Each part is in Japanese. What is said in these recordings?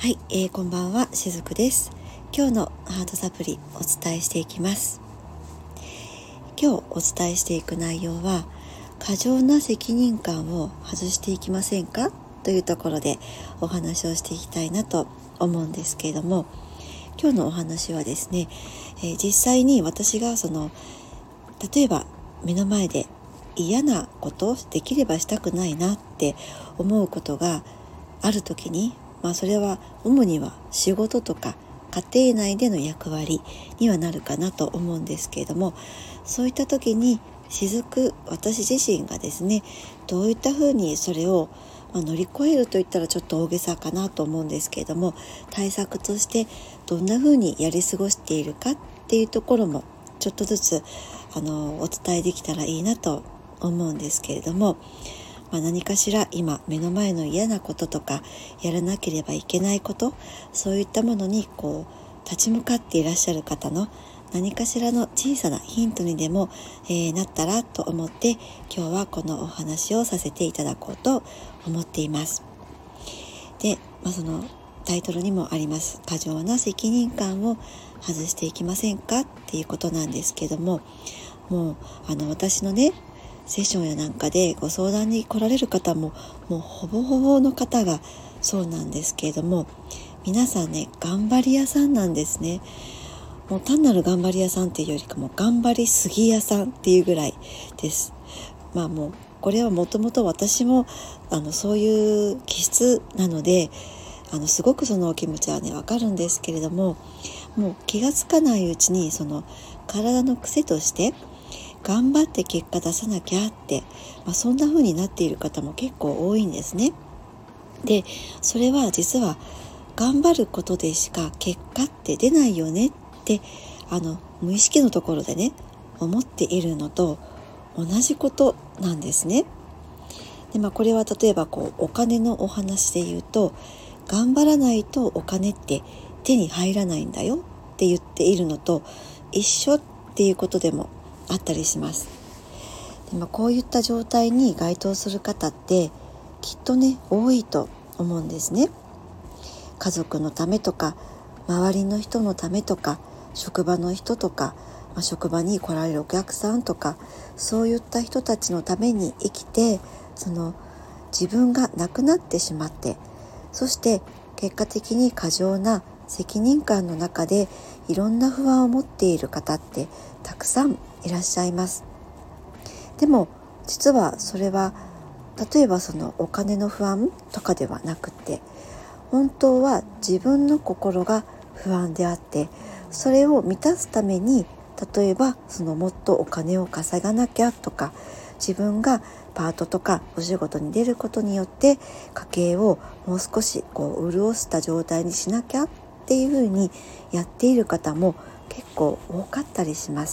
はい、こんばんは、しずくです。今日のハートサプリお伝えしていきます。今日お伝えしていく内容は、過剰な責任感を外していきませんかというところでお話をしていきたいなと思うんですけれども、今日のお話はですね、実際に私が例えば目の前で嫌なことできればしたくないなって思うことがある時に、それは主には仕事とか家庭内での役割にはなるかなと思うんですけれども、そういった時に私自身がですね、どういったふうにそれを乗り越えるといったらちょっと大げさかなと思うんですけれども、対策としてどんなふうにやり過ごしているかっていうところもちょっとずつお伝えできたらいいなと思うんですけれども、何かしら今目の前の嫌なこととかやらなければいけないこと、そういったものに立ち向かっていらっしゃる方の何かしらの小さなヒントにでも、なったらと思って今日はこのお話をさせていただこうと思っています。で、そのタイトルにもあります、過剰な責任感を外していきませんかっていうことなんですけども、もう私のねセッションやなんかでご相談に来られる方ももうほぼほぼの方がそうなんですけれども、皆さんね頑張り屋さんなんですね。もう単なる頑張り屋さんっていうよりかも頑張りすぎ屋さんっていうぐらいです。もうこれはもともと私もそういう気質なので、すごくそのお気持ちはねわかるんですけれども、もう気がつかないうちにその体の癖として頑張って結果出さなきゃって、そんな風になっている方も結構多いんですね。で、それは実は頑張ることでしか結果って出ないよねって無意識のところでね思っているのと同じことなんですね。で、これは例えばお金のお話で言うと、頑張らないとお金って手に入らないんだよって言っているのと一緒っていうことでもあったりします。で、こういった状態に該当する方ってきっとね多いと思うんですね。家族のためとか周りの人のためとか職場の人とか、職場に来られるお客さんとか、そういった人たちのために生きて、自分がなくなってしまって、そして結果的に過剰な責任感の中でいろんな不安を持っている方ってたくさんいらっしゃいます。でも実はそれは例えばそのお金の不安とかではなくて、本当は自分の心が不安であって、それを満たすために例えばもっとお金を稼がなきゃとか、自分がパートとかお仕事に出ることによって家計をもう少し潤した状態にしなきゃっていうふうにやっている方も結構多かったりします。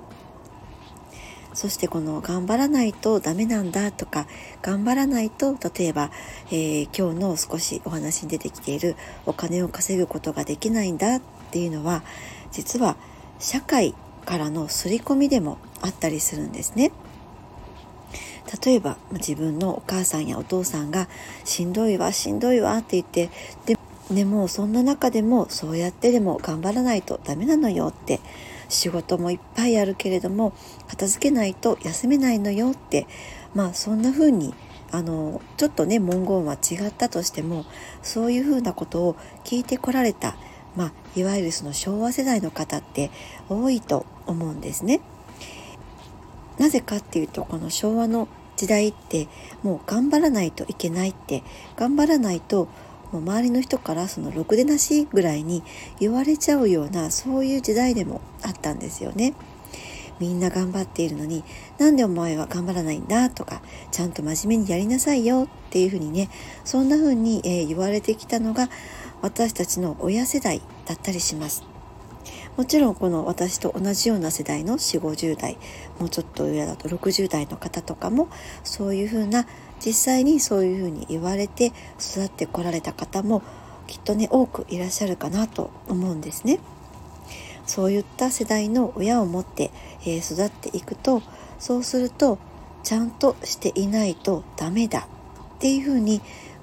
そしてこの頑張らないとダメなんだとか、頑張らないと例えば、今日の少しお話に出てきているお金を稼ぐことができないんだっていうのは、実は社会からの刷り込みでもあったりするんですね。例えば自分のお母さんやお父さんがしんどいわしんどいわって言って、でもそんな中でもそうやってでも頑張らないとダメなのよって、仕事もいっぱいあるけれども片付けないと休めないのよって、そんな風にちょっとね文言は違ったとしても、そういう風なことを聞いてこられた、いわゆるその昭和世代の方って多いと思うんですね。なぜかっていうと、この昭和の時代ってもう頑張らないといけないって、頑張らないともう周りの人からろくでなしぐらいに言われちゃうような、そういう時代でもあったんですよね。みんな頑張っているのになんでお前は頑張らないんだとか、ちゃんと真面目にやりなさいよっていうふうにね、そんなふうに、言われてきたのが私たちの親世代だったりします。もちろんこの私と同じような世代の4、50代、もうちょっと上だと60代の方とかも、そういうふうな、実際にそういうふうに言われて育ってこられた方もきっとね多くいらっしゃるかなと思うんですね。そういった世代の親を持って、育っていくと、そうするとちゃんとしていないとダメだっていうふうに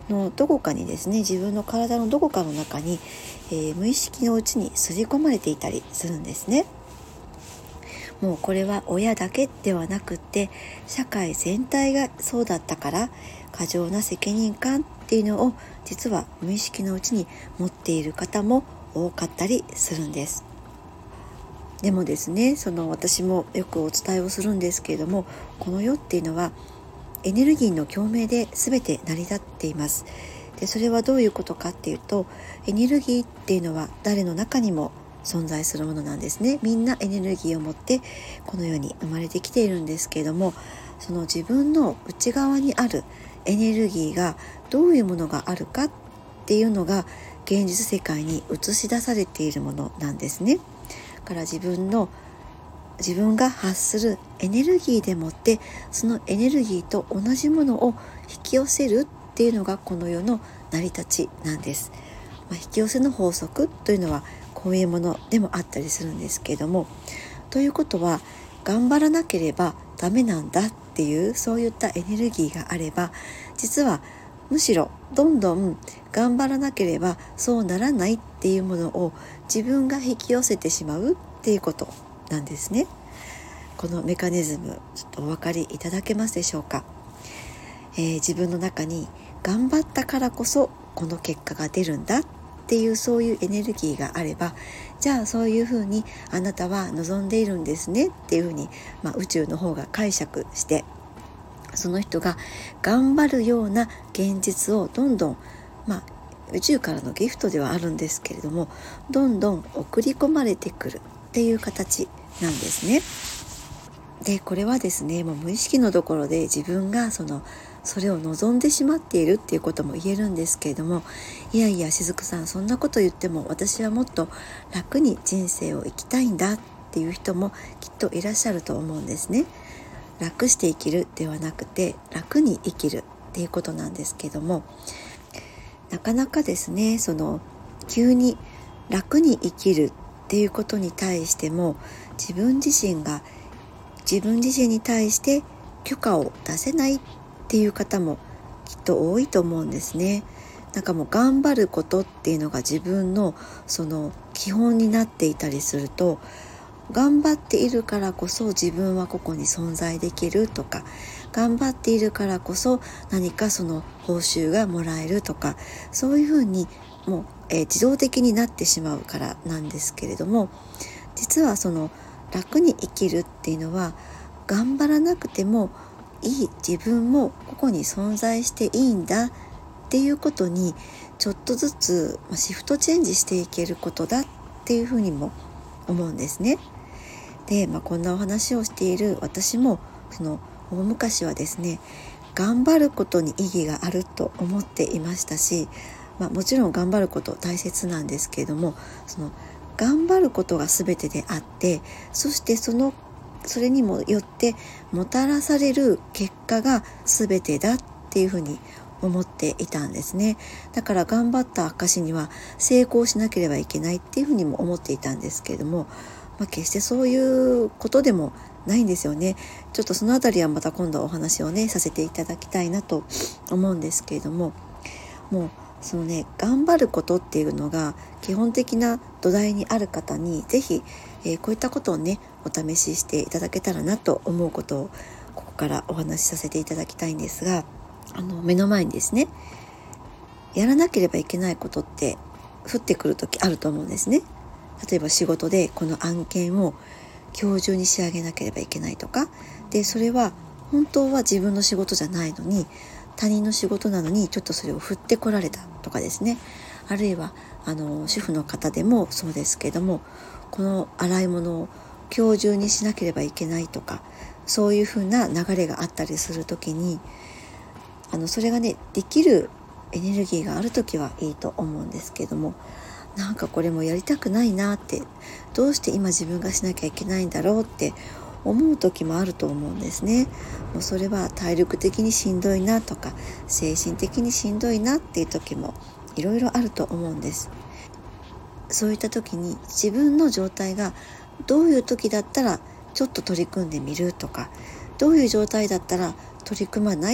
のどこかにですね、自分の体のどこかの中に、無意識のうちに刷り込まれていたりするんですね。もうこれは親だけではなくって社会全体がそうだったから、過剰な責任感っていうのを実は無意識のうちに持っている方も多かったりするんです。でもですね、私もよくお伝えをするんですけれども、この世っていうのはエネルギーの共鳴で全て成り立っています。でそれはどういうことかっていうと、エネルギーっていうのは誰の中にも存在するものなんですね。みんなエネルギーを持ってこの世に生まれてきているんですけれども、その自分の内側にあるエネルギーがどういうものがあるかっていうのが現実世界に映し出されているものなんですね。だから自分が発するエネルギーでもってそのエネルギーと同じものを引き寄せるっていうのがこの世の成り立ちなんです。引き寄せの法則というのはこういうものでもあったりするんですけれども、ということは頑張らなければダメなんだっていうそういったエネルギーがあれば、実はむしろどんどん頑張らなければそうならないっていうものを自分が引き寄せてしまうっていうことなんですね。このメカニズムちょっとお分かりいただけますでしょうか。自分の中に頑張ったからこそこの結果が出るんだっていうそういうエネルギーがあれば、じゃあそういうふうにあなたは望んでいるんですねっていうふうに、宇宙の方が解釈して、その人が頑張るような現実をどんどん、宇宙からのギフトではあるんですけれども、どんどん送り込まれてくるっていう形なんですね。でこれはですね、もう無意識のところで自分がそれを望んでしまっているっていうことも言えるんですけれども、いやいやしずくさん、そんなこと言っても私はもっと楽に人生を生きたいんだっていう人もきっといらっしゃると思うんですね。楽して生きるではなくて楽に生きるっていうことなんですけども、なかなかですね、急に楽に生きるっていうことに対しても自分自身に対して許可を出せないっていう方もきっと多いと思うんですね。なんかもう頑張ることっていうのが自分の基本になっていたりすると、頑張っているからこそ自分はここに存在できるとか、頑張っているからこそ何かその報酬がもらえるとか、そういうふうにもう、自動的になってしまうからなんですけれども、実は楽に生きるっていうのは頑張らなくてもいい、自分もここに存在していいんだっていうことにちょっとずつシフトチェンジしていけることだっていうふうにも思うんですね。で、こんなお話をしている私も大昔はですね、頑張ることに意義があると思っていましたし、もちろん頑張ること大切なんですけれども、頑張ることが全てであって、そしてそれにもよってもたらされる結果が全てだっていうふうに思っていたんですね。だから頑張った証には成功しなければいけないっていうふうにも思っていたんですけれども、決してそういうことでもないんですよね。ちょっとそのあたりはまた今度お話をねさせていただきたいなと思うんですけれども、もう頑張ることっていうのが基本的な土台にある方にぜひ、こういったことをねお試ししていただけたらなと思うことをここからお話しさせていただきたいんですが、目の前にですねやらなければいけないことって降ってくる時あると思うんですね。例えば仕事でこの案件を今日中に仕上げなければいけないとかで、それは本当は自分の仕事じゃないのに他人の仕事なのにちょっとそれを振ってこられたとかですね。あるいは主婦の方でもそうですけども、この洗い物を今日中にしなければいけないとか、そういうふうな流れがあったりするときにそれがねできるエネルギーがあるときはいいと思うんですけども、なんかこれもやりたくないなって、どうして今自分がしなきゃいけないんだろうって思う時もあると思うんですね。もうそれは体力的にしんどいなとか精神的にしんどいなっていう時もいろいろあると思うんです。そういった時に自分の状態がどういう時だったらちょっと取り組んでみるとか、どういう状態だったら取り組まないっ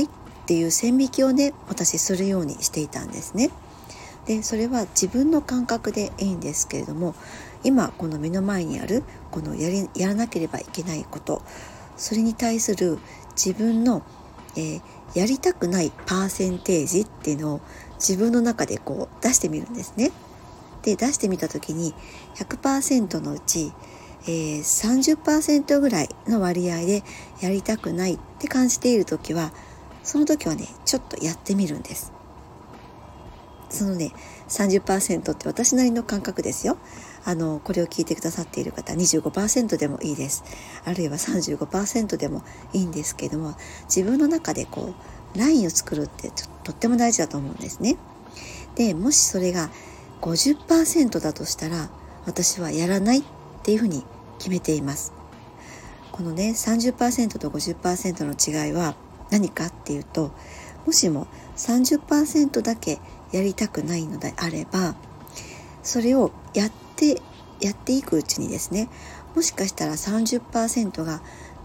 っていう線引きをね、私するようにしていたんですね。でそれは自分の感覚でいいんですけれども、今この目の前にあるこのやらなければいけないこと、それに対する自分の、やりたくないパーセンテージっていうのを自分の中でこう出してみるんですね。で出してみた時に 100% のうち、30% ぐらいの割合でやりたくないって感じている時は、その時はねちょっとやってみるんです。そのね 30% って私なりの感覚ですよ。これを聞いてくださっている方 25% でもいいです。あるいは 35% でもいいんですけれども、自分の中でこうラインを作るってとっても大事だと思うんですね。でもしそれが 50% だとしたら、私はやらないっていうふうに決めています。このね 30% と 50% の違いは何かっていうと、もしも 30% だけやりたくないのであれば、それをやっていくうちにですね、もしかしたら 30% が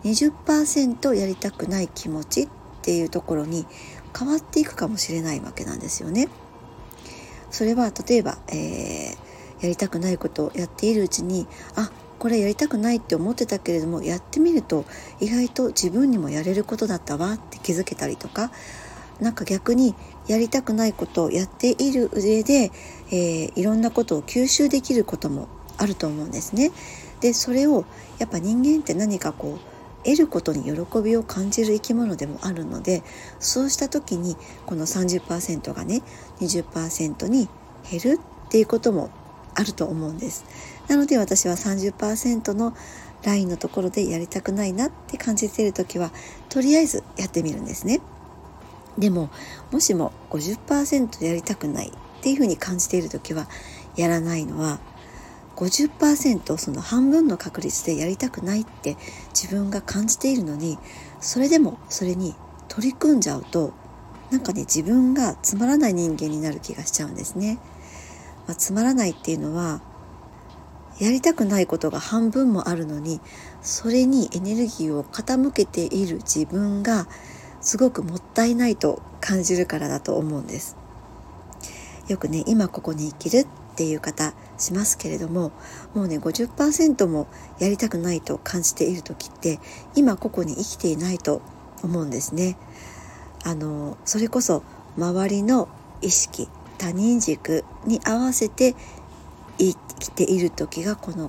20% やりたくない気持ちっていうところに変わっていくかもしれないわけなんですよね。それは例えば、やりたくないことをやっているうちに、これやりたくないって思ってたけれども、やってみると意外と自分にもやれることだったわって気づけたりとか、なんか逆にやりたくないことをやっている上で、いろんなことを吸収できることもあると思うんですね。でそれをやっぱ人間って何かこう得ることに喜びを感じる生き物でもあるので、そうした時にこの 30% がね 20% に減るっていうこともあると思うんです。なので私は 30% のラインのところでやりたくないなって感じている時は、とりあえずやってみるんですね。でももしも 50% やりたくないっていうふうに感じているときはやらないのは、 50% その半分の確率でやりたくないって自分が感じているのに、それでもそれに取り組んじゃうと、なんかね自分がつまらない人間になる気がしちゃうんですね。つまらないっていうのは、やりたくないことが半分もあるのに、それにエネルギーを傾けている自分がすごくもったいないと感じるからだと思うんです。よくね今ここに生きるっていう方しますけれども、もうね 50% もやりたくないと感じている時って今ここに生きていないと思うんですね。それこそ周りの意識、他人軸に合わせて生きている時がこの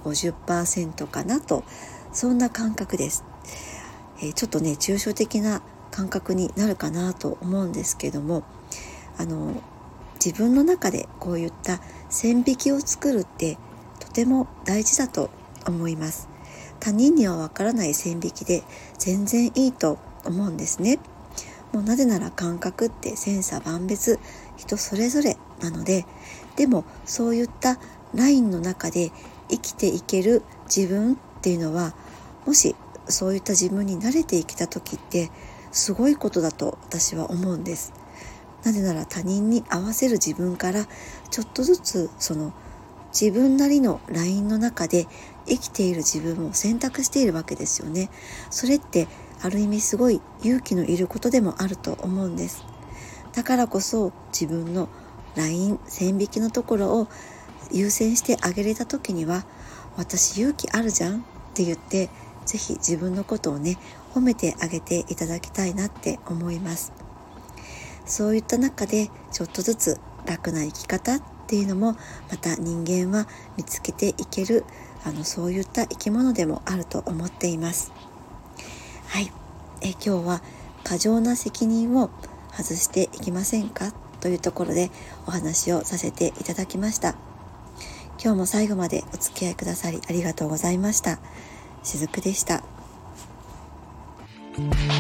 50% かなと、そんな感覚です。ちょっとね抽象的な感覚になるかなと思うんですけども、自分の中でこういった線引きを作るってとても大事だと思います。他人にはわからない線引きで全然いいと思うんですね。もうなぜなら感覚って千差万別、人それぞれなので、でもそういったラインの中で生きていける自分っていうのは、もしそういった自分に慣れてきた時ってすごいことだと私は思うんです。なぜなら他人に合わせる自分からちょっとずつその自分なりのラインの中で生きている自分を選択しているわけですよね。それってある意味すごい勇気のいることでもあると思うんです。だからこそ自分のライン、線引きのところを優先してあげれた時には、私勇気あるじゃんって言ってぜひ自分のことをね褒めてあげていただきたいなって思います。そういった中でちょっとずつ楽な生き方っていうのもまた人間は見つけていける、そういった生き物でもあると思っています。はい、今日は過剰な責任を外していきませんかというところでお話をさせていただきました。今日も最後までお付き合いくださりありがとうございました。しずくでした。